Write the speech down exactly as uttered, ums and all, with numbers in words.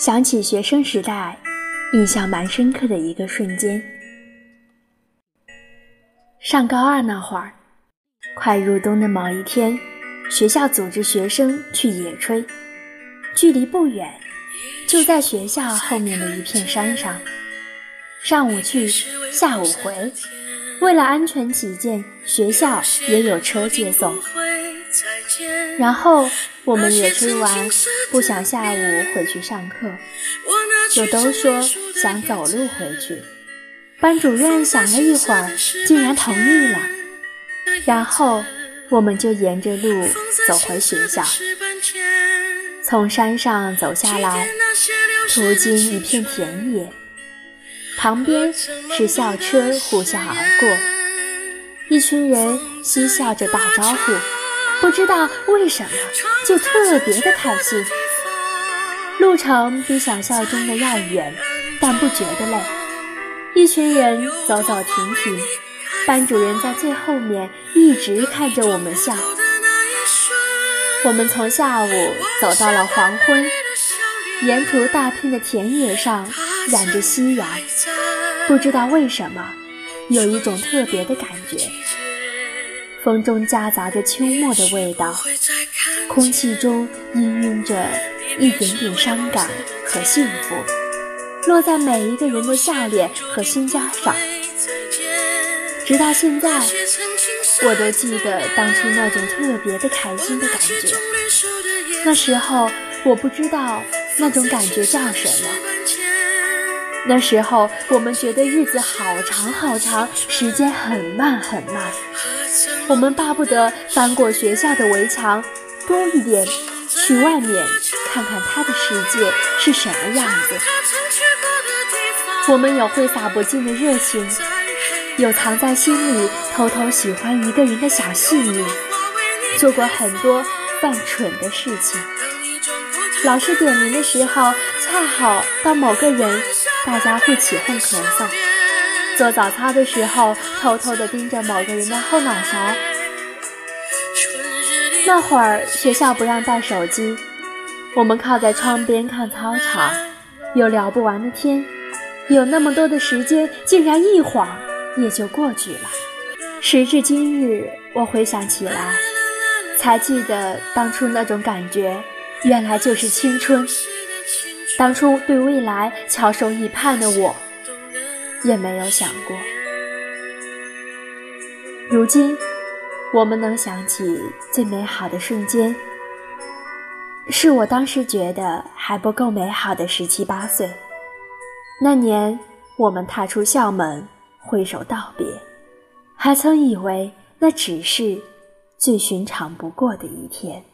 想起学生时代印象蛮深刻的一个瞬间。上高二那会儿，快入冬的某一天，学校组织学生去野炊，距离不远，就在学校后面的一片山上。上午去，下午回，为了安全起见，学校也有车接送。然后我们野炊完，不想下午回去上课，就都说想走路回去。班主任想了一会儿，竟然同意了。然后我们就沿着路走回学校。从山上走下来，途经一片田野，旁边是校车呼啸而过，一群人嬉笑着打招呼，不知道为什么就特别的开心。路程比想象中的要远，但不觉得累。一群人走走停停，班主任在最后面一直看着我们笑。我们从下午走到了黄昏，沿途大片的田野上染着夕阳，不知道为什么有一种特别的感觉。风中夹杂着秋末的味道，空气中氤氲着一点点伤感和幸福，落在每一个人的笑脸和心尖上。直到现在，我都记得当初那种特别的开心的感觉。那时候我不知道那种感觉叫什么。那时候我们觉得日子好长好长，时间很慢很慢，我们巴不得翻过学校的围墙多一点，去外面看看他的世界是什么样子。我们有挥洒不尽的热情，有藏在心里偷偷喜欢一个人的小细腻，做过很多犯蠢的事情。老师点名的时候，恰好到某个人，大家会起哄咳嗽。做早操的时候，偷偷地盯着某个人的后脑勺。那会儿学校不让带手机，我们靠在窗边看操场，有聊不完的天，有那么多的时间，竟然一晃也就过去了。时至今日，我回想起来，才记得当初那种感觉，原来就是青春。当初对未来翘首以盼的我，也没有想过。如今，我们能想起最美好的瞬间，是我当时觉得还不够美好的十七八岁。那年，我们踏出校门，挥手道别，还曾以为那只是最寻常不过的一天。